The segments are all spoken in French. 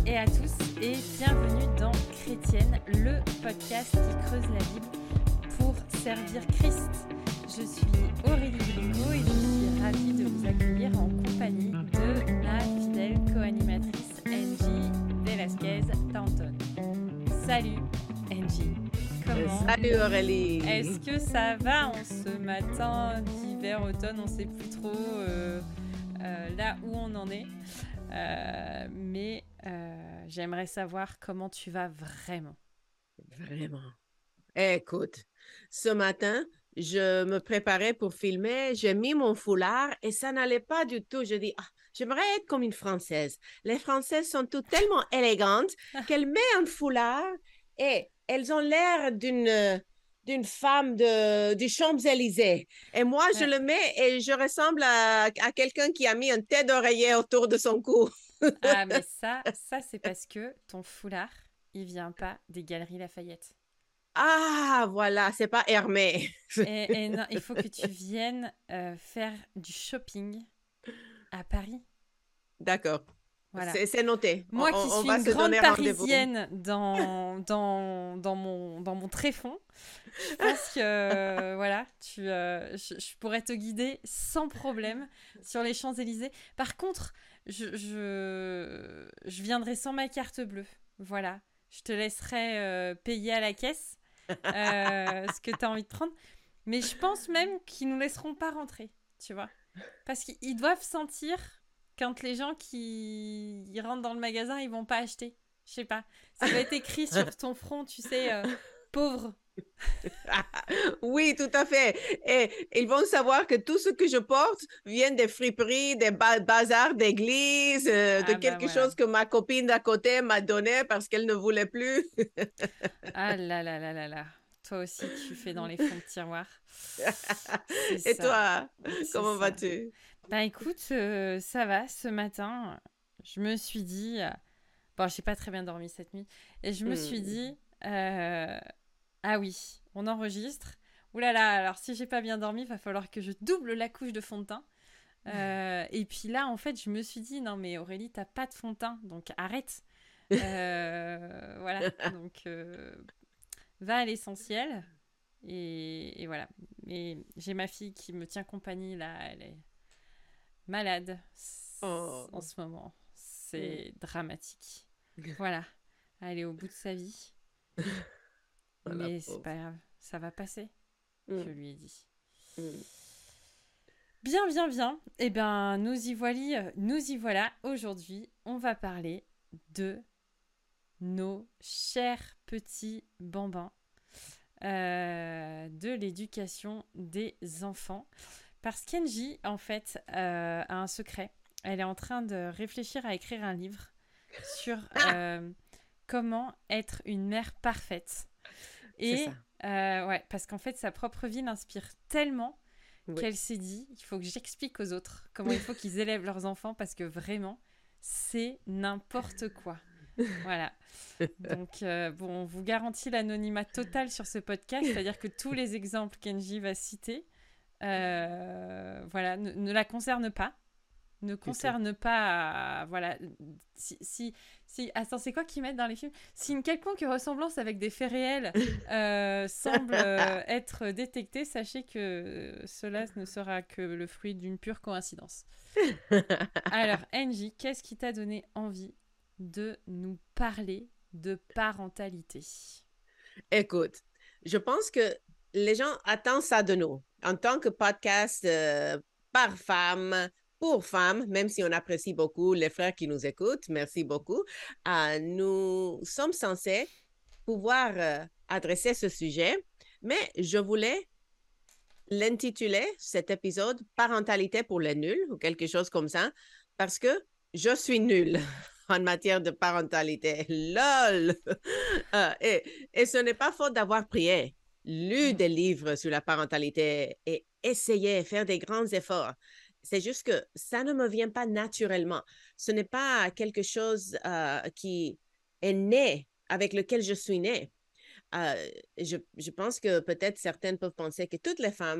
et à tous et bienvenue dans Chrétienne, le podcast qui creuse la Bible pour servir Christ. Je suis Aurélie Gringo et je suis ravie de vous accueillir en compagnie de ma fidèle co-animatrice Angie Velasquez-Thornton. Salut Angie, comment? Salut Aurélie. Est-ce que ça va en ce matin d'hiver, automne, on ne sait plus trop là où on en est, mais j'aimerais savoir comment tu vas vraiment. Vraiment. Écoute, ce matin, je me préparais pour filmer, j'ai mis mon foulard et ça n'allait pas du tout. Je dis, j'aimerais être comme une Française. Les Françaises sont toutes tellement élégantes qu'elles mettent un foulard et elles ont l'air d'une femme des Champs-Élysées. Et moi, je le mets et je ressemble à quelqu'un qui a mis un tête d'oreiller autour de son cou. Ah, mais ça c'est parce que ton foulard, il vient pas des Galeries Lafayette. Ah, voilà, c'est pas Hermès. Et non, il faut que tu viennes faire du shopping à Paris. D'accord. Voilà. C'est noté. Moi qui on suis va une se grande donner rendez-vous. parisienne dans mon tréfonds, je pense que voilà, je pourrais te guider sans problème sur les Champs-Élysées. Par contre, je viendrai sans ma carte bleue. Voilà, je te laisserai payer à la caisse ce que tu as envie de prendre. Mais je pense même qu'ils nous laisseront pas rentrer, tu vois. Parce qu'ils doivent sentir quand les gens qui rentrent dans le magasin, ils vont pas acheter. Je sais pas. Ça doit être écrit sur ton front, tu sais, pauvre. Oui, tout à fait. Et ils vont savoir que tout ce que je porte vient des friperies, des bazars d'église, de quelque Voilà. chose que ma copine d'à côté m'a donné parce qu'elle ne voulait plus. Ah là là là là là. Toi aussi, tu fais dans les fonds de tiroir. C'est Et ça. toi, C'est comment ça. vas-tu? Bah écoute, ça va. Ce matin, je me suis dit... Bon, j'ai pas très bien dormi cette nuit. Et je me suis dit... Ah oui, on enregistre. Ouh là là, alors si j'ai pas bien dormi, il va falloir que je double la couche de fond de teint. Et puis là, en fait, je me suis dit, non mais Aurélie, t'as pas de fond de teint, donc arrête. Voilà, donc va à l'essentiel. Et voilà. Mais j'ai ma fille qui me tient compagnie là, elle est malade en ce moment. C'est dramatique. Voilà, elle est au bout de sa vie. Mais c'est pas grave, ça va passer, je lui ai dit. Bien. Eh bien, nous y voilà. Aujourd'hui, on va parler de nos chers petits bambins, de l'éducation des enfants. Parce qu'Angie, en fait, a un secret. Elle est en train de réfléchir à écrire un livre sur comment être une mère parfaite. Et ouais, parce qu'en fait, sa propre vie l'inspire tellement qu'elle s'est dit, il faut que j'explique aux autres comment il faut qu'ils élèvent leurs enfants parce que vraiment, c'est n'importe quoi. Voilà. Donc, bon, on vous garantit l'anonymat total sur ce podcast, c'est-à-dire que tous les exemples qu'Angie va citer, voilà, ne la concernent pas. Ne concerne pas, voilà, si attends, c'est quoi qu'ils mettent dans les films? Si une quelconque ressemblance avec des faits réels semble être détectée, sachez que cela ne sera que le fruit d'une pure coïncidence. Alors, Angie, qu'est-ce qui t'a donné envie de nous parler de parentalité? Écoute, je pense que les gens attendent ça de nous. En tant que podcast par femme, pour femmes, même si on apprécie beaucoup les frères qui nous écoutent, merci beaucoup, nous sommes censés pouvoir adresser ce sujet, mais je voulais l'intituler, cet épisode, Parentalité pour les nuls ou quelque chose comme ça, parce que je suis nulle en matière de parentalité. LOL! Et ce n'est pas faute d'avoir prié, lu des livres sur la parentalité et essayé, faire des grands efforts. C'est juste que ça ne me vient pas naturellement. Ce n'est pas quelque chose qui est né, avec lequel je suis née. Je pense que peut-être certaines peuvent penser que toutes les femmes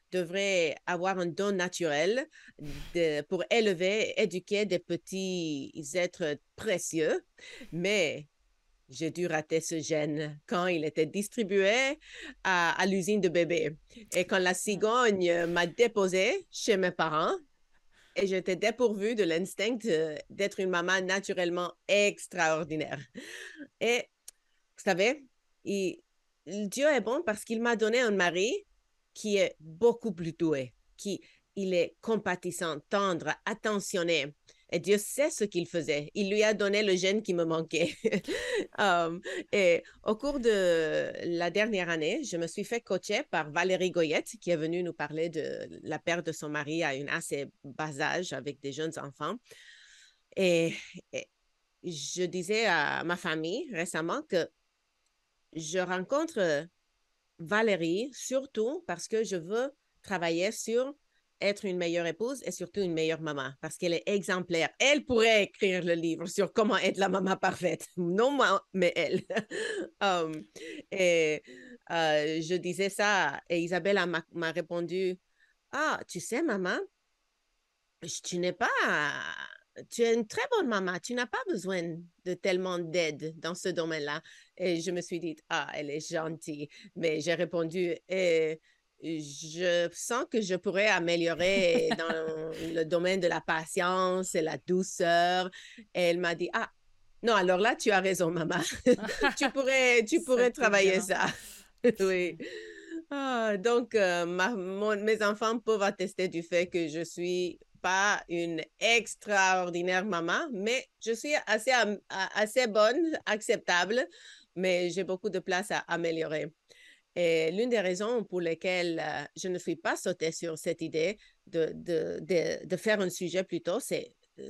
devrait avoir un don naturel pour élever, éduquer des petits êtres précieux, mais j'ai dû rater ce gène quand il était distribué à l'usine de bébés. Et quand la cigogne m'a déposé chez mes parents, et j'étais dépourvue de l'instinct d'être une maman naturellement extraordinaire. Et vous savez, Dieu est bon parce qu'il m'a donné un mari qui est beaucoup plus doué, il est compatissant, tendre, attentionné. Et Dieu sait ce qu'il faisait. Il lui a donné le gène qui me manquait. Um, et au cours de la dernière année, je me suis fait coacher par Valérie Goyette, qui est venue nous parler de la perte de son mari à un assez bas âge avec des jeunes enfants. Et, et je disais à ma famille récemment que je rencontre Valérie surtout parce que je veux travailler sur être une meilleure épouse et surtout une meilleure maman parce qu'elle est exemplaire. Elle pourrait écrire le livre sur comment être la maman parfaite. Non moi, mais elle. um, et je disais ça et Isabelle m'a répondu, ah, tu sais, maman, tu n'es pas... Tu es une très bonne maman. Tu n'as pas besoin de tellement d'aide dans ce domaine-là. Et je me suis dit, ah, elle est gentille. Mais j'ai répondu, je sens que je pourrais améliorer dans le domaine de la patience et la douceur. Et elle m'a dit, ah, non, alors là, tu as raison, maman. Tu Ça pourrais te fait du travailler bien. ça. Oui. Ah, donc, mes enfants peuvent attester du fait que je suis pas une extraordinaire maman, mais je suis assez bonne, acceptable, mais j'ai beaucoup de place à améliorer. Et l'une des raisons pour lesquelles je ne suis pas sautée sur cette idée de faire un sujet plus tôt, c'est le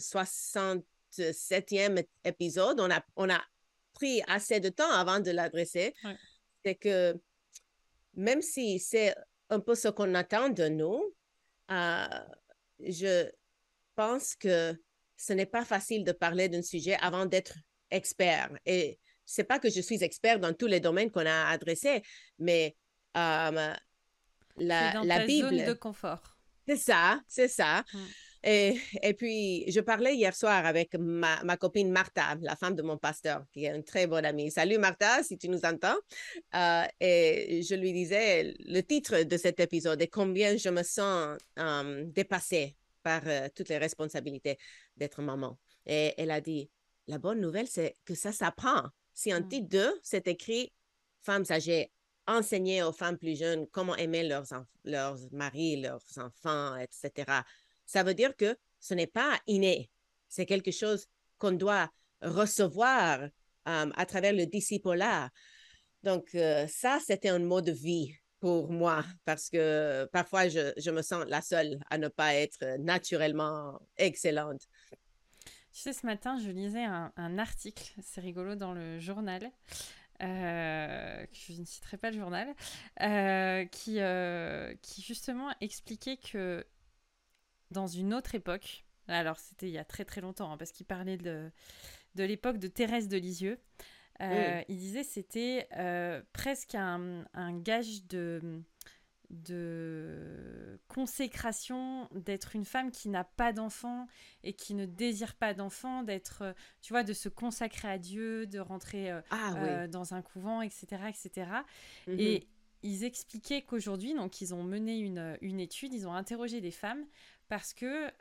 67e épisode. On a pris assez de temps avant de l'adresser. Ouais. C'est que même si c'est un peu ce qu'on attend de nous, euh, je pense que ce n'est pas facile de parler d'un sujet avant d'être expert. Et c'est pas que je suis expert dans tous les domaines qu'on a adressés, mais euh, Tu es dans la ta zone de Bible, confort. c'est ça, c'est ça. Mm. Et puis, je parlais hier soir avec ma copine Martha, la femme de mon pasteur, qui est une très bonne amie. Salut Martha, si tu nous entends. Et je lui disais le titre de cet épisode et combien je me sens dépassée par toutes les responsabilités d'être maman. Et elle a dit, la bonne nouvelle, c'est que ça s'apprend. Si en Mm. titre 2, c'est écrit femmes âgées, enseigner aux femmes plus jeunes comment aimer leurs maris, leurs enfants, etc. Ça veut dire que ce n'est pas inné. C'est quelque chose qu'on doit recevoir à travers le discipulat. Donc, ça, c'était un mot de vie pour moi parce que parfois, je me sens la seule à ne pas être naturellement excellente. Tu sais, ce matin, je lisais un article, c'est rigolo, dans le journal, je ne citerai pas le journal, qui justement expliquait que dans une autre époque, alors c'était il y a très très longtemps, hein, parce qu'il parlait de l'époque de Thérèse de Lisieux, Mm. il disait c'était presque un gage de consécration d'être une femme qui n'a pas d'enfant et qui ne désire pas d'enfant, d'être, tu vois, de se consacrer à Dieu, de rentrer Ah oui. dans un couvent, etc., etc. Mhm. Et ils expliquaient qu'aujourd'hui, donc ils ont mené une étude, ils ont interrogé des femmes parce que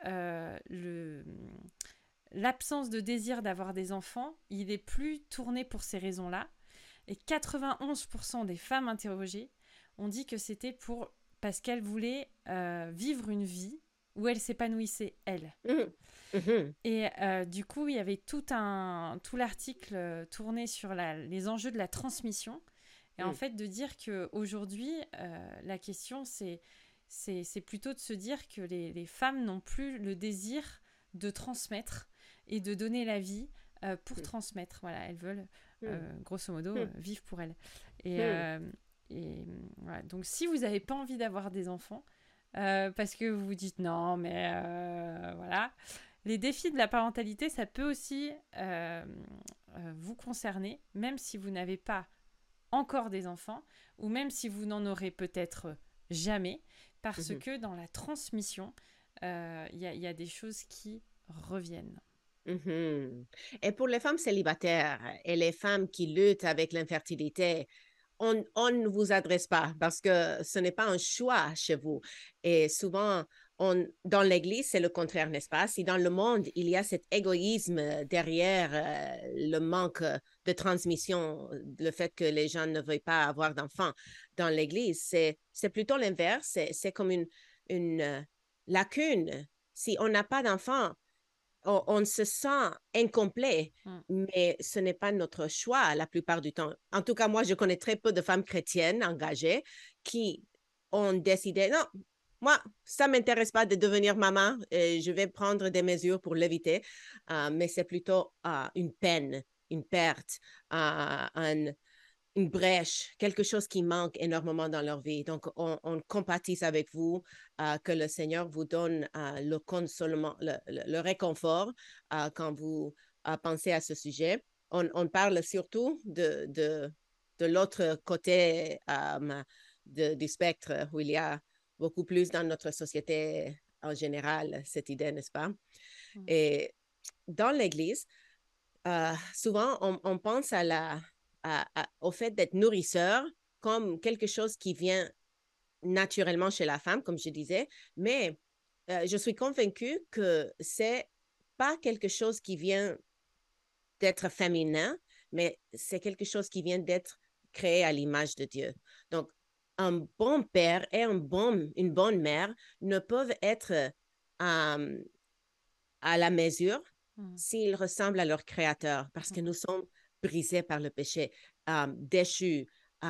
l'absence de désir d'avoir des enfants, il est plus tourné pour ces raisons-là. Et 91% des femmes interrogées ont dit que c'était parce qu'elles voulaient vivre une vie où elles s'épanouissaient, elles. Mhm. Mhm. Et du coup, il y avait tout l'article tourné sur les enjeux de la transmission. Et en Mhm. fait, de dire qu'aujourd'hui, la question, c'est plutôt de se dire que les femmes n'ont plus le désir de transmettre et de donner la vie pour transmettre. Voilà, elles veulent, grosso modo, vivre pour elles. Et, Mhm. voilà. Donc, si vous n'avez pas envie d'avoir des enfants, parce que vous vous dites non, mais voilà, les défis de la parentalité, ça peut aussi vous concerner, même si vous n'avez pas encore des enfants, ou même si vous n'en aurez peut-être jamais, parce que dans la transmission, y a des choses qui reviennent. Mhm. Et pour les femmes célibataires et les femmes qui luttent avec l'infertilité, on ne vous adresse pas parce que ce n'est pas un choix chez vous. Et souvent, dans l'Église, c'est le contraire, n'est-ce pas? Si dans le monde, il y a cet égoïsme derrière le manque de transmission, le fait que les gens ne veuillent pas avoir d'enfants dans l'Église, c'est plutôt l'inverse. C'est comme une lacune. Si on n'a pas d'enfants, on se sent incomplet, mais ce n'est pas notre choix la plupart du temps. En tout cas, moi, je connais très peu de femmes chrétiennes engagées qui ont décidé, non, moi, ça ne m'intéresse pas de devenir maman, et je vais prendre des mesures pour l'éviter, mais c'est plutôt une peine, une perte, une brèche, quelque chose qui manque énormément dans leur vie. Donc, on compatisse avec vous, que le Seigneur vous donne le consolement, le réconfort quand vous pensez à ce sujet. On parle surtout de l'autre côté du spectre où il y a beaucoup plus dans notre société en général, cette idée, n'est-ce pas? Et dans l'Église, souvent, on pense au fait d'être nourrisseur comme quelque chose qui vient naturellement chez la femme, comme je disais, mais je suis convaincue que c'est pas quelque chose qui vient d'être féminin, mais c'est quelque chose qui vient d'être créé à l'image de Dieu. Donc, un bon père et une bonne mère ne peuvent être à la mesure s'ils ressemblent à leur créateur, parce que nous sommes brisés par le péché, déchus.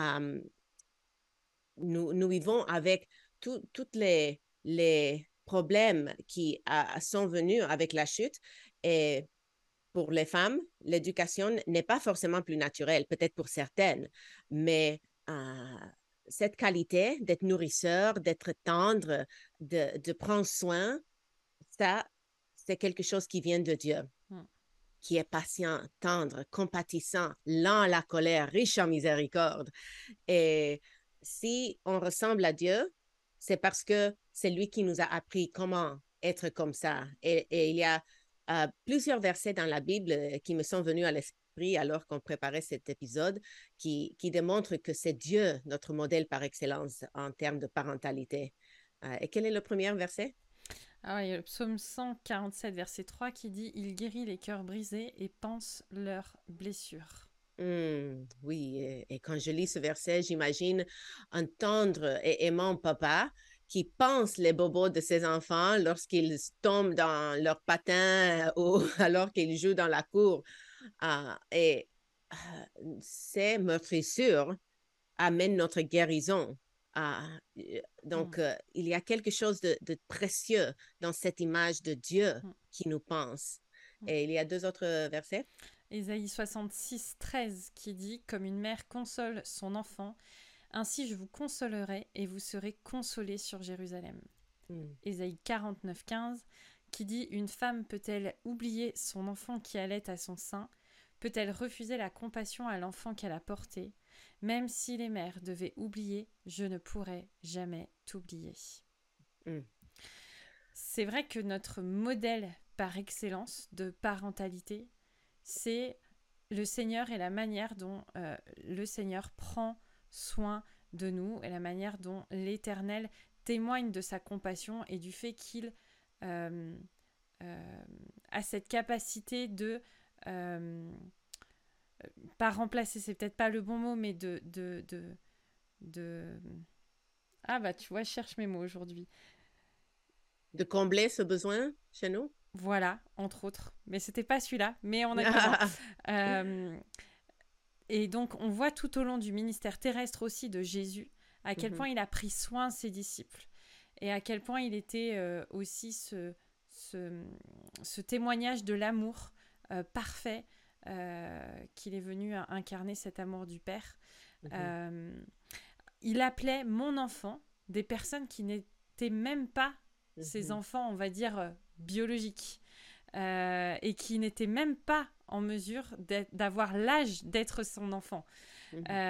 Nous vivons avec tous les problèmes qui sont venus avec la chute. Et pour les femmes, l'éducation n'est pas forcément plus naturelle, peut-être pour certaines, mais cette qualité d'être nourrisseur, d'être tendre, de prendre soin, ça, c'est quelque chose qui vient de Dieu, qui est patient, tendre, compatissant, lent à la colère, riche en miséricorde. Et si on ressemble à Dieu, c'est parce que c'est lui qui nous a appris comment être comme ça. Et il y a plusieurs versets dans la Bible qui me sont venus à l'esprit alors qu'on préparait cet épisode, qui démontrent que c'est Dieu notre modèle par excellence en termes de parentalité. Et quel est le premier verset? Alors, il y a le psaume 147, verset 3 qui dit « Il guérit les cœurs brisés et panse leurs blessures ». Oui, et quand je lis ce verset, j'imagine un tendre et aimant papa qui pense les bobos de ses enfants lorsqu'ils tombent dans leurs patins ou alors qu'ils jouent dans la cour. Et ces meurtrissures amènent notre guérison. Donc, il y a quelque chose de précieux dans cette image de Dieu qui nous pense. Et il y a deux autres versets. Ésaïe 66, 13 qui dit « Comme une mère console son enfant, ainsi je vous consolerai et vous serez consolés sur Jérusalem. » Ésaïe 49, 15 qui dit « Une femme peut-elle oublier son enfant qui allait à son sein? Peut-elle refuser la compassion à l'enfant qu'elle a porté? Même si les mères devaient oublier, je ne pourrai jamais t'oublier. » C'est vrai que notre modèle par excellence de parentalité, c'est le Seigneur et la manière dont le Seigneur prend soin de nous et la manière dont l'Éternel témoigne de sa compassion et du fait qu'il a cette capacité de pas remplacer, c'est peut-être pas le bon mot, mais ah bah tu vois, je cherche mes mots aujourd'hui. De combler ce besoin chez nous? Voilà, entre autres. Mais c'était pas celui-là, mais on est pas loin. Et donc, on voit tout au long du ministère terrestre aussi de Jésus à quel point il a pris soin de ses disciples et à quel point il était aussi ce témoignage de l'amour parfait qu'il est venu incarner, cet amour du Père. Il appelait mon enfant des personnes qui n'étaient même pas ses enfants, on va dire, biologiques, et qui n'étaient même pas en mesure d'avoir l'âge d'être son enfant. Mhm.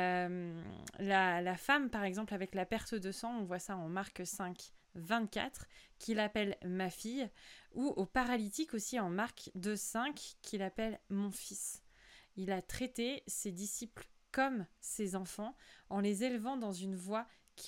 La femme, par exemple, avec la perte de sang, on voit ça en Marc 5, 24, qu'il appelle ma fille, ou au paralytique aussi en Marc 2, 5, qu'il appelle mon fils. Il a traité ses disciples comme ses enfants en les élevant dans une voie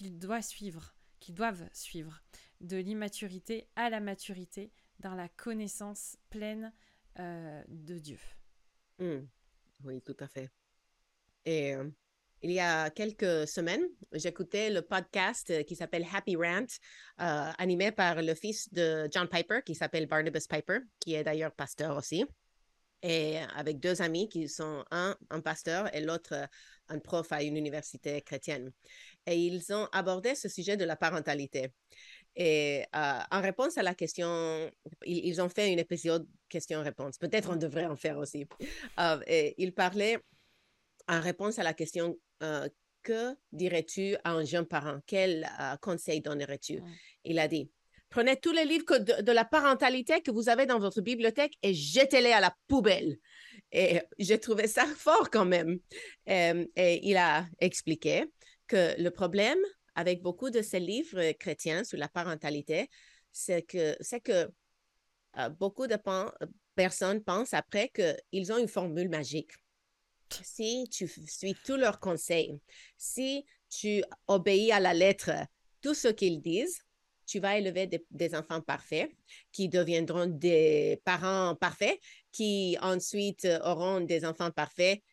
qu'ils doivent suivre, de l'immaturité à la maturité, dans la connaissance pleine de Dieu. Mm. Oui, tout à fait. Et il y a quelques semaines, j'écoutais le podcast qui s'appelle Happy Rant, animé par le fils de John Piper, qui s'appelle Barnabas Piper, qui est d'ailleurs pasteur aussi, et avec deux amis qui sont un pasteur et l'autre un prof à une université chrétienne. Et ils ont abordé ce sujet de la parentalité. Et en réponse à la question, ils ont fait un épisode question-réponse. Peut-être on devrait en faire aussi. Et ils parlaient en réponse à la question que dirais-tu à un jeune parent? Quel conseil donnerais-tu? Il a dit, prenez tous les livres de la parentalité que vous avez dans votre bibliothèque et jetez-les à la poubelle. Et j'ai trouvé ça fort quand même. Et il a expliqué que le problème avec beaucoup de ces livres chrétiens sur la parentalité, c'est que beaucoup de personnes pensent après qu'ils ont une formule magique. Si tu suis tous leurs conseils, si tu obéis à la lettre tout ce qu'ils disent, tu vas élever des enfants parfaits qui deviendront des parents parfaits qui ensuite auront des enfants parfaits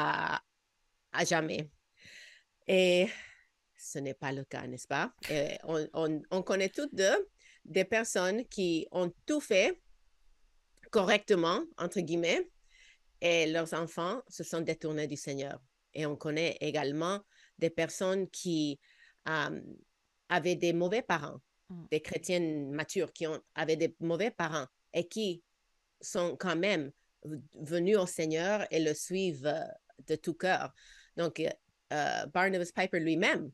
à jamais. Et ce n'est pas le cas, n'est-ce pas? Et on connaît toutes deux des personnes qui ont tout fait correctement, entre guillemets, et leurs enfants se sont détournés du Seigneur. Et on connaît également des personnes qui euh, avaient des mauvais parents, Mm. des chrétiennes matures avaient des mauvais parents et qui sont quand même venus au Seigneur et le suivent de tout cœur. Donc, Barnabas Piper lui-même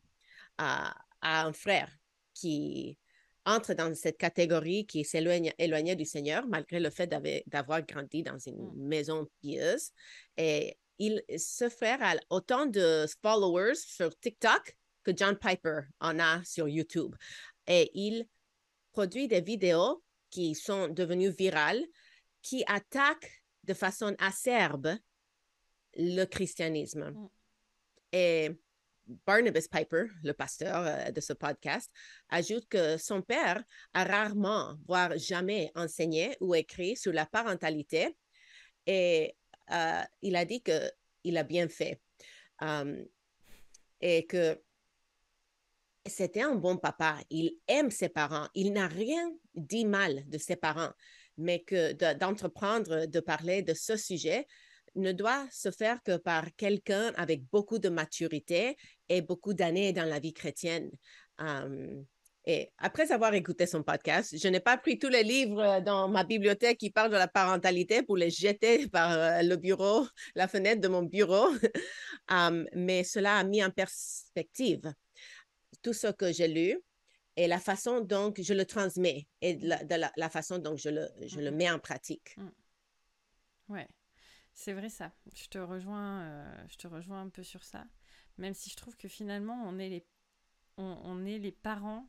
a un frère qui entre dans cette catégorie qui s'éloigne éloigné du Seigneur malgré le fait d'avoir grandi dans une maison pieuse. Et ce frère a autant de followers sur TikTok que John Piper en a sur YouTube. Et il produit des vidéos qui sont devenues virales, qui attaquent de façon acerbe le christianisme. Mm. Et Barnabas Piper, le pasteur de ce podcast, ajoute que son père a rarement, voire jamais enseigné ou écrit sur la parentalité et il a dit qu'il a bien fait et que c'était un bon papa. Il aime ses parents. Il n'a rien dit mal de ses parents, mais que d'entreprendre de parler de ce sujet ne doit se faire que par quelqu'un avec beaucoup de maturité et beaucoup d'années dans la vie chrétienne. Et après avoir écouté son podcast, je n'ai pas pris tous les livres dans ma bibliothèque qui parlent de la parentalité pour les jeter par le bureau, la fenêtre de mon bureau, mais cela a mis en perspective tout ce que j'ai lu et la façon dont je le transmets et la façon dont je le mets en pratique. Ouais, c'est vrai ça. Je te rejoins un peu sur ça. Même si je trouve que finalement, on est les parents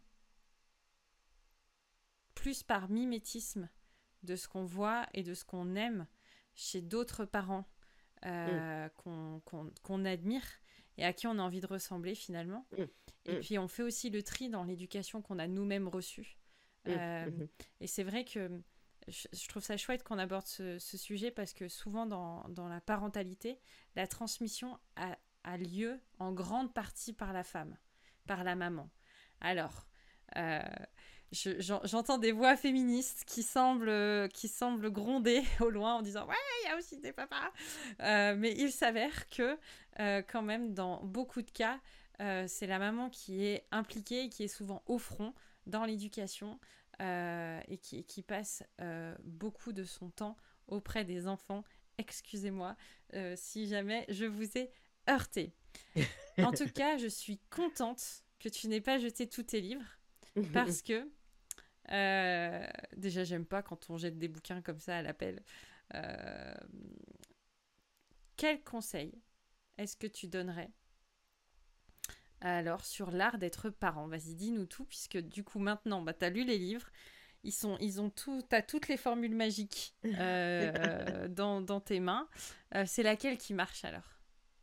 plus par mimétisme de ce qu'on voit et de ce qu'on aime chez d'autres parents Mm, qu'on admire et à qui on a envie de ressembler finalement. mm, Et mm, puis on fait aussi le tri dans l'éducation qu'on a nous-mêmes reçue. mm, Euh, et c'est vrai que je trouve ça chouette qu'on aborde ce sujet parce que souvent dans la parentalité, la transmission a lieu en grande partie par la femme, par la maman. Alors, euh, j'entends des voix féministes qui semblent gronder au loin en disant « Ouais, il y a aussi des papas !» Mais il s'avère que quand même, dans beaucoup de cas, c'est la maman qui est impliquée et qui est souvent au front dans l'éducation et qui passe beaucoup de son temps auprès des enfants. Excusez-moi si jamais je vous ai heurté. En tout cas, je suis contente que tu n'aies pas jeté tous tes livres parce que déjà, j'aime pas quand on jette des bouquins comme ça à l'appel. Quel conseil est-ce que tu donnerais alors sur l'art d'être parent? Vas-y, dis-nous tout, puisque du coup maintenant, tu as lu les livres, ils ont tout, t'as toutes les formules magiques dans tes mains. C'est laquelle qui marche alors?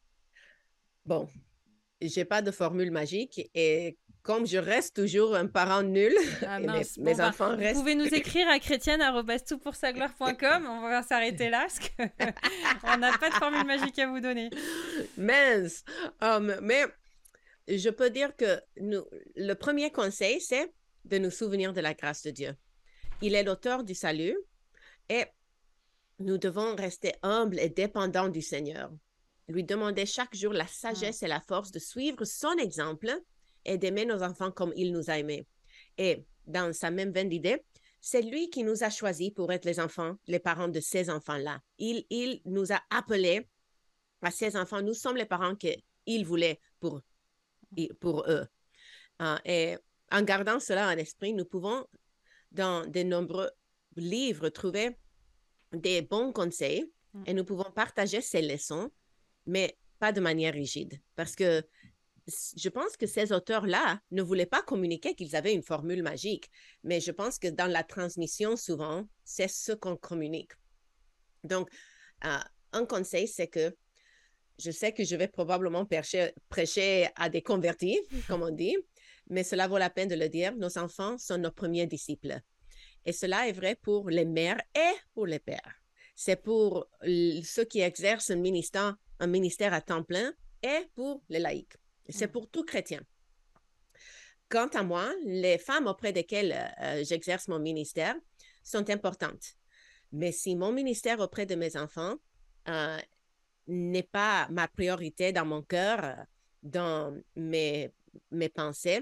Bon, j'ai pas de formule magique et comme je reste toujours un parent nul Ah et mince, bon mes enfants vous restent... pouvez nous écrire à chrétienne@toutpoursagloire.com, on va s'arrêter là, parce que on n'a pas de formule magique à vous donner. Mince! Mais je peux dire que le premier conseil, c'est de nous souvenir de la grâce de Dieu. Il est l'auteur du salut et nous devons rester humbles et dépendants du Seigneur. Lui demander chaque jour la sagesse et la force de suivre son exemple et d'aimer nos enfants comme il nous a aimés. Et dans sa même veine d'idée, c'est lui qui nous a choisis pour être les enfants, les parents de ces enfants-là. Il nous a appelés à ces enfants. Nous sommes les parents qu'il voulait pour eux. Et en gardant cela en esprit, nous pouvons, dans de nombreux livres, trouver des bons conseils et nous pouvons partager ces leçons, mais pas de manière rigide. Parce que je pense que ces auteurs-là ne voulaient pas communiquer qu'ils avaient une formule magique, mais je pense que dans la transmission, souvent, c'est ce qu'on communique. Donc, un conseil, c'est que je sais que je vais probablement prêcher à des convertis, comme on dit, mais cela vaut la peine de le dire. Nos enfants sont nos premiers disciples. Et cela est vrai pour les mères et pour les pères. C'est pour ceux qui exercent un ministère à temps plein et pour les laïcs. C'est pour tout chrétien. Quant à moi, les femmes auprès desquelles j'exerce mon ministère sont importantes. Mais si mon ministère auprès de mes enfants n'est pas ma priorité dans mon cœur, dans mes pensées,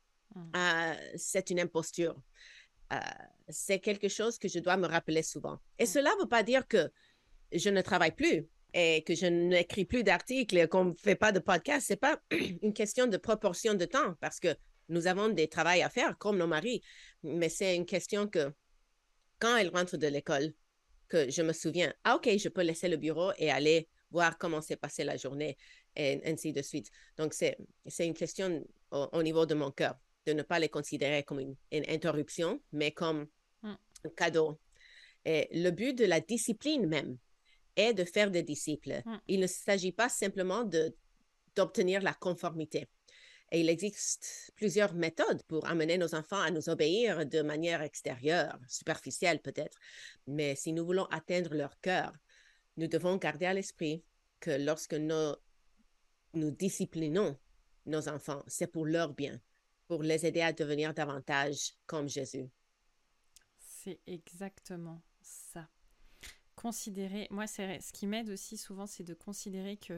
c'est une imposture. C'est quelque chose que je dois me rappeler souvent. Et cela ne veut pas dire que je ne travaille plus et que je n'écris plus d'articles et qu'on ne fait pas de podcast. Ce n'est pas une question de proportion de temps parce que nous avons des travails à faire comme nos maris, mais c'est une question que quand elles rentrent de l'école, que je me souviens, OK, je peux laisser le bureau et aller voir comment s'est passée la journée et ainsi de suite. Donc, c'est une question au niveau de mon cœur, de ne pas les considérer comme une interruption, mais comme un cadeau. Et le but de la discipline même est de faire des disciples. Il ne s'agit pas simplement d'obtenir la conformité. Et il existe plusieurs méthodes pour amener nos enfants à nous obéir de manière extérieure, superficielle peut-être. Mais si nous voulons atteindre leur cœur, nous devons garder à l'esprit que lorsque nous disciplinons nos enfants, c'est pour leur bien, pour les aider à devenir davantage comme Jésus. C'est exactement ça. Considérer, moi, ce qui m'aide aussi souvent, c'est de considérer que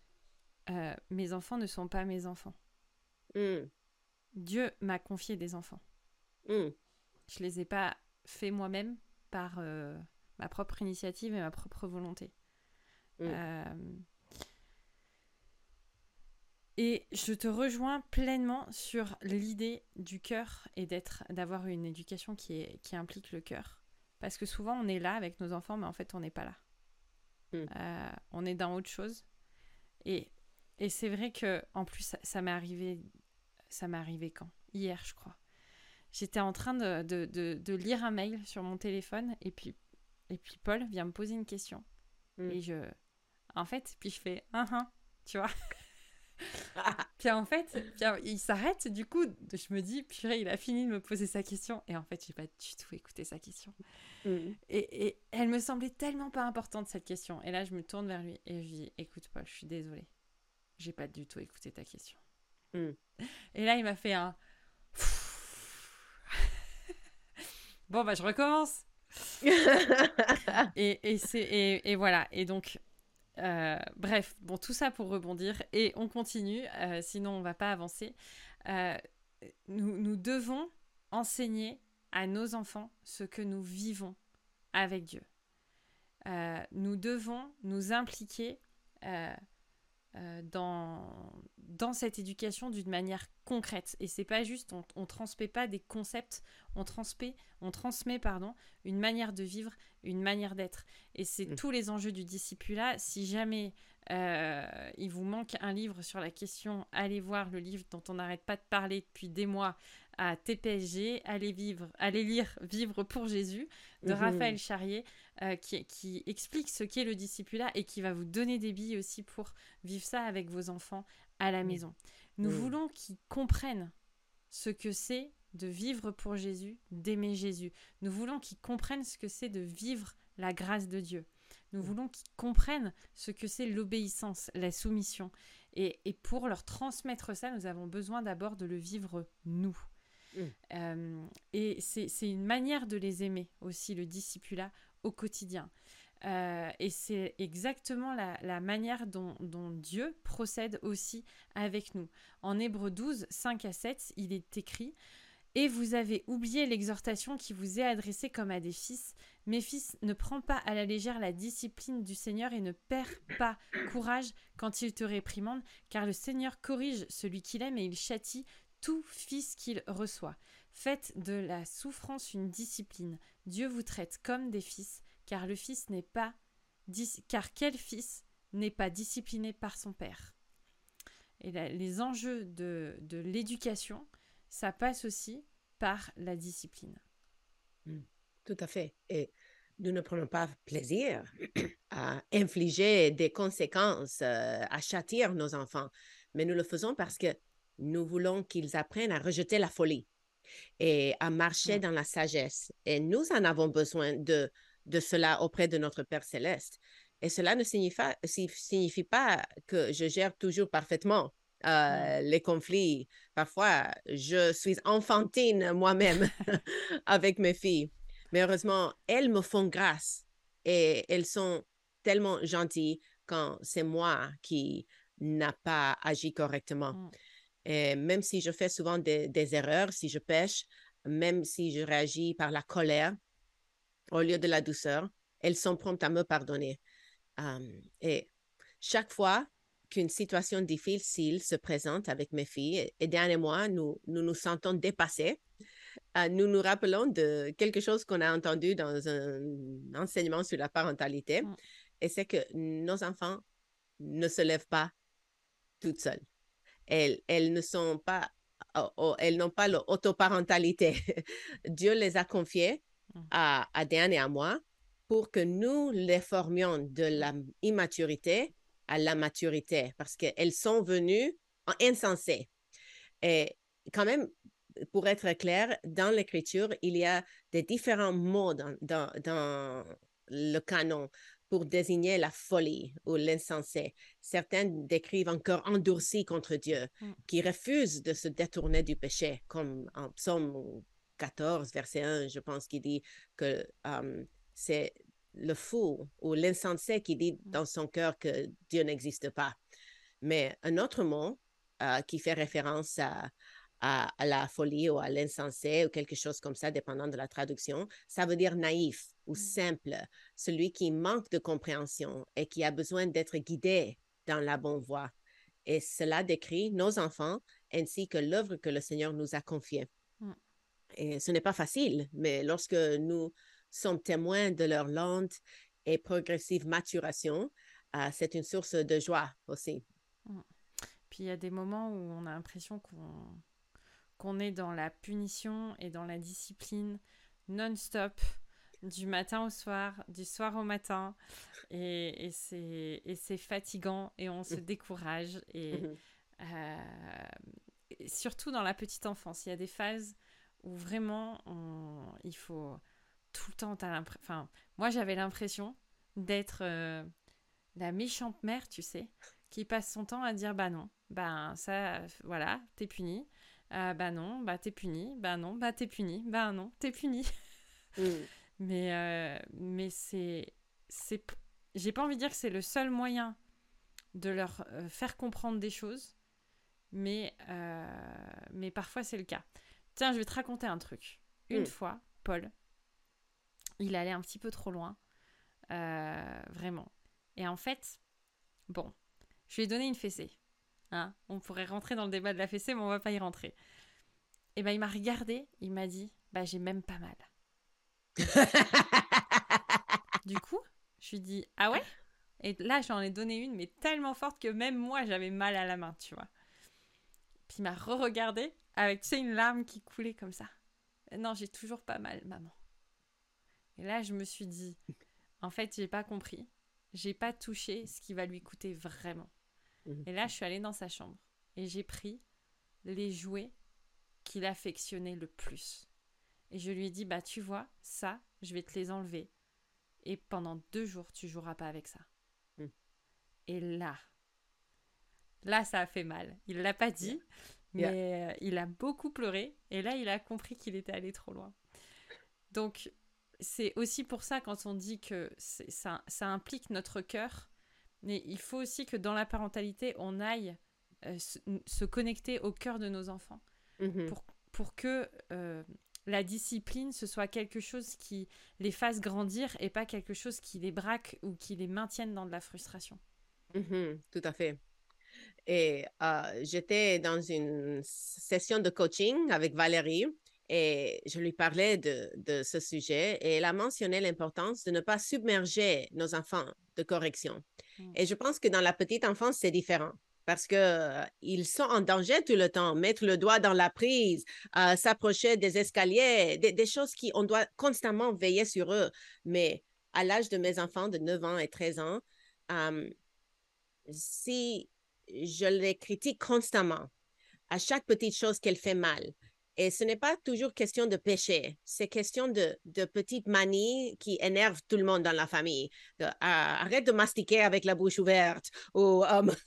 mes enfants ne sont pas mes enfants. Dieu m'a confié des enfants. Je les ai pas faits moi-même par ma propre initiative et ma propre volonté. Et je te rejoins pleinement sur l'idée du cœur et d'avoir une éducation qui implique le cœur. Parce que souvent, on est là avec nos enfants, mais en fait, on n'est pas là. On est dans autre chose. Et c'est vrai que, en plus, ça m'est arrivé quand? Hier, je crois. J'étais en train de lire un mail sur mon téléphone et puis Paul vient me poser une question. Et je fais tu vois. Puis en fait, il s'arrête, du coup, je me dis, purée, il a fini de me poser sa question. Et en fait, j'ai pas du tout écouté sa question. Et elle me semblait tellement pas importante, cette question. Et là, je me tourne vers lui et je lui dis, écoute Paul, je suis désolée. J'ai pas du tout écouté ta question. Et là, il m'a fait un... Bon, je recommence. et voilà. Et donc... bref, bon, tout ça pour rebondir et on continue, sinon on va pas avancer. Nous devons enseigner à nos enfants ce que nous vivons avec Dieu. Nous devons nous impliquer dans cette éducation d'une manière concrète. Et c'est pas juste, on transmet pas des concepts, on transmet une manière de vivre, une manière d'être. Et c'est tous les enjeux du discipulat. Si jamais il vous manque un livre sur la question, allez voir le livre dont on n'arrête pas de parler depuis des mois à TPSG, allez lire Vivre pour Jésus de Raphaël Charrier, qui explique ce qu'est le discipulat et qui va vous donner des billes aussi pour vivre ça avec vos enfants à la maison. Nous voulons qu'ils comprennent ce que c'est de vivre pour Jésus, d'aimer Jésus. Nous voulons qu'ils comprennent ce que c'est de vivre la grâce de Dieu. Nous voulons qu'ils comprennent ce que c'est l'obéissance, la soumission. Et pour leur transmettre ça, nous avons besoin d'abord de le vivre nous. Et c'est une manière de les aimer aussi, le discipulat au quotidien. Et c'est exactement la manière dont Dieu procède aussi avec nous. En Hébreux 12, 5-7, il est écrit « Et vous avez oublié l'exhortation qui vous est adressée comme à des fils. Mes fils, ne prends pas à la légère la discipline du Seigneur et ne perds pas courage quand il te réprimande, car le Seigneur corrige celui qu'il aime et il châtie tout fils qu'il reçoit. Faites de la souffrance une discipline. Dieu vous traite comme des fils, car quel fils n'est pas discipliné par son père ?» Et les enjeux de l'éducation, ça passe aussi par la discipline. Tout à fait. Et nous ne prenons pas plaisir à infliger des conséquences, à châtier nos enfants, mais nous le faisons parce que nous voulons qu'ils apprennent à rejeter la folie et à marcher dans la sagesse. Et nous en avons besoin de cela auprès de notre Père céleste. Et cela ne signifie pas que je gère toujours parfaitement les conflits. Parfois, je suis enfantine moi-même avec mes filles. Mais heureusement, elles me font grâce et elles sont tellement gentilles quand c'est moi qui n'a pas agi correctement. Et même si je fais souvent des erreurs, si je pêche, même si je réagis par la colère au lieu de la douceur, elles sont promptes à me pardonner. Et chaque fois qu'une situation difficile se présente avec mes filles, et Dan et moi, nous nous sentons dépassés. Nous nous rappelons de quelque chose qu'on a entendu dans un enseignement sur la parentalité, et c'est que nos enfants ne se lèvent pas toutes seules. Elles ne sont pas, elles n'ont pas l'autoparentalité. Dieu les a confiées à Dan et à moi pour que nous les formions de l'immaturité à la maturité, parce qu'elles sont venues insensées. Et quand même, pour être clair, dans l'Écriture, il y a des différents mots dans le canon pour désigner la folie ou l'insensé. Certains décrivent un cœur endurci contre Dieu, qui refuse de se détourner du péché, comme en Psaume 14, verset 1, je pense qu'il dit que c'est le fou ou l'insensé qui dit dans son cœur que Dieu n'existe pas. Mais un autre mot qui fait référence à la folie ou à l'insensé ou quelque chose comme ça, dépendant de la traduction, ça veut dire naïf ou simple, celui qui manque de compréhension et qui a besoin d'être guidé dans la bonne voie. Et cela décrit nos enfants ainsi que l'œuvre que le Seigneur nous a confiée. Et ce n'est pas facile, mais lorsque nous sommes témoins de leur lente et progressive maturation, c'est une source de joie aussi. Puis il y a des moments où on a l'impression qu'on est dans la punition et dans la discipline non-stop, du matin au soir, du soir au matin, et c'est fatigant et on se décourage. Et surtout dans la petite enfance, il y a des phases où vraiment il faut tout le temps, moi j'avais l'impression d'être la méchante mère, tu sais, qui passe son temps à dire bah non, bah ça, voilà, t'es puni. Bah non, bah t'es puni, bah non, bah t'es puni, bah non, t'es puni. Mais c'est, j'ai pas envie de dire que c'est le seul moyen de leur faire comprendre des choses, mais parfois c'est le cas. Tiens, je vais te raconter un truc. Une fois, Paul, il allait un petit peu trop loin, vraiment. Et en fait, bon, je lui ai donné une fessée. Hein, on pourrait rentrer dans le débat de la fessée, mais on va pas y rentrer. Et ben il m'a regardé, il m'a dit bah j'ai même pas mal. Du coup, je lui ai dit ah ouais. Et là, j'en ai donné une, mais tellement forte que même moi, j'avais mal à la main, tu vois. Puis il m'a re-regardé avec, tu sais, une larme qui coulait comme ça. Non, j'ai toujours pas mal, maman. Et là, je me suis dit, en fait, j'ai pas compris. J'ai pas touché ce qui va lui coûter vraiment. Et là, je suis allée dans sa chambre et j'ai pris les jouets qu'il affectionnait le plus. Et je lui ai dit, bah tu vois, ça, je vais te les enlever. Et pendant 2 jours, tu joueras pas avec ça. Et là, ça a fait mal. Il l'a pas dit, mais il a beaucoup pleuré. Et là, il a compris qu'il était allé trop loin. Donc, c'est aussi pour ça, quand on dit que ça implique notre cœur, mais il faut aussi que dans la parentalité, on aille se connecter au cœur de nos enfants pour que la discipline, ce soit quelque chose qui les fasse grandir et pas quelque chose qui les braque ou qui les maintienne dans de la frustration. Tout à fait. Et j'étais dans une session de coaching avec Valérie et je lui parlais de ce sujet et elle a mentionné l'importance de ne pas submerger nos enfants de correction. Et je pense que dans la petite enfance, c'est différent parce qu'ils sont en danger tout le temps. Mettre le doigt dans la prise, s'approcher des escaliers, des choses on doit constamment veiller sur eux. Mais à l'âge de mes enfants de 9 ans et 13 ans, si je les critique constamment à chaque petite chose qu'elle fait mal, et ce n'est pas toujours question de péché, c'est question de petites manies qui énervent tout le monde dans la famille. Arrête de mastiquer avec la bouche ouverte, ou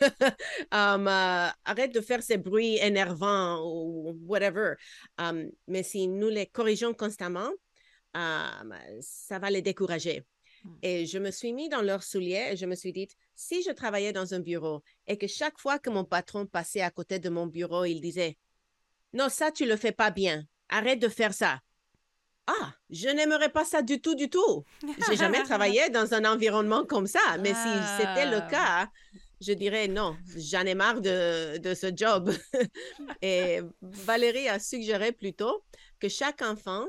arrête de faire ces bruits énervants, ou whatever. Mais si nous les corrigeons constamment, ça va les décourager. Et je me suis mis dans leurs souliers et je me suis dit, si je travaillais dans un bureau et que chaque fois que mon patron passait à côté de mon bureau, il disait, non, ça, tu le fais pas bien. Arrête de faire ça. Ah, je n'aimerais pas ça du tout, du tout. J'ai jamais travaillé dans un environnement comme ça, mais si c'était le cas, je dirais non, j'en ai marre de ce job. Et Valérie a suggéré plutôt que chaque enfant,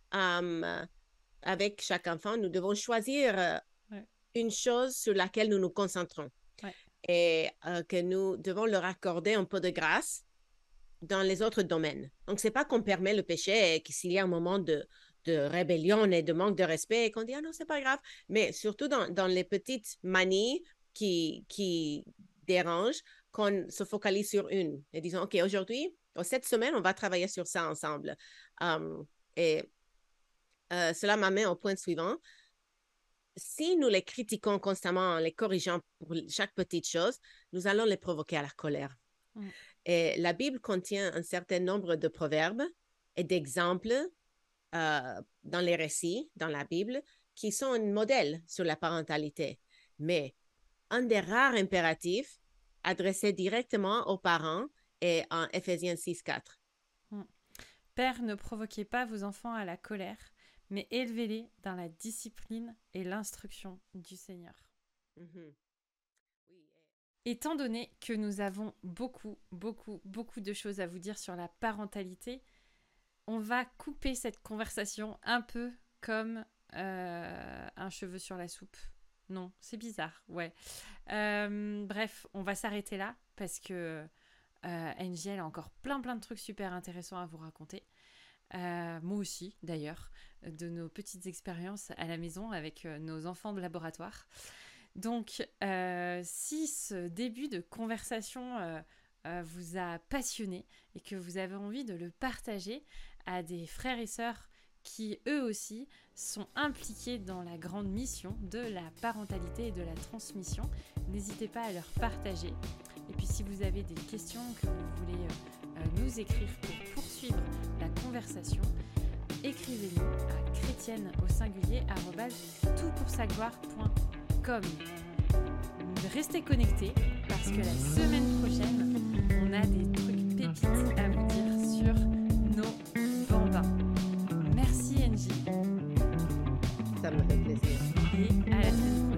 avec chaque enfant, nous devons choisir une chose sur laquelle nous nous concentrons et que nous devons leur accorder un peu de grâce dans les autres domaines. Donc, ce n'est pas qu'on permet le péché et que s'il y a un moment de rébellion et de manque de respect, qu'on dit « Ah non, ce n'est pas grave », mais surtout dans les petites manies qui dérangent, qu'on se focalise sur une. Et disons, OK, aujourd'hui, cette semaine, on va travailler sur ça ensemble. Et cela m'amène au point suivant. Si nous les critiquons constamment en les corrigeant pour chaque petite chose, nous allons les provoquer à la colère. Et la Bible contient un certain nombre de proverbes et d'exemples dans les récits, dans la Bible, qui sont un modèle sur la parentalité. Mais un des rares impératifs adressés directement aux parents est en Éphésiens 6:4. Père, ne provoquez pas vos enfants à la colère, mais élevez-les dans la discipline et l'instruction du Seigneur. Étant donné que nous avons beaucoup de choses à vous dire sur la parentalité, on va couper cette conversation un peu comme un cheveu sur la soupe. Non, c'est bizarre, ouais. Bref, on va s'arrêter là parce que Angie, elle a encore plein de trucs super intéressants à vous raconter. Moi aussi, d'ailleurs, de nos petites expériences à la maison avec nos enfants de laboratoire. Donc, si ce début de conversation vous a passionné et que vous avez envie de le partager à des frères et sœurs qui, eux aussi, sont impliqués dans la grande mission de la parentalité et de la transmission, n'hésitez pas à leur partager. Et puis, si vous avez des questions que vous voulez nous écrire pour poursuivre la conversation, écrivez-nous à chrétienne@toutpoursagloire.com. Restez connectés parce que la semaine prochaine, on a des trucs pépites à vous dire sur nos bambins. Merci Angie. Ça me fait plaisir. Et à la semaine prochaine.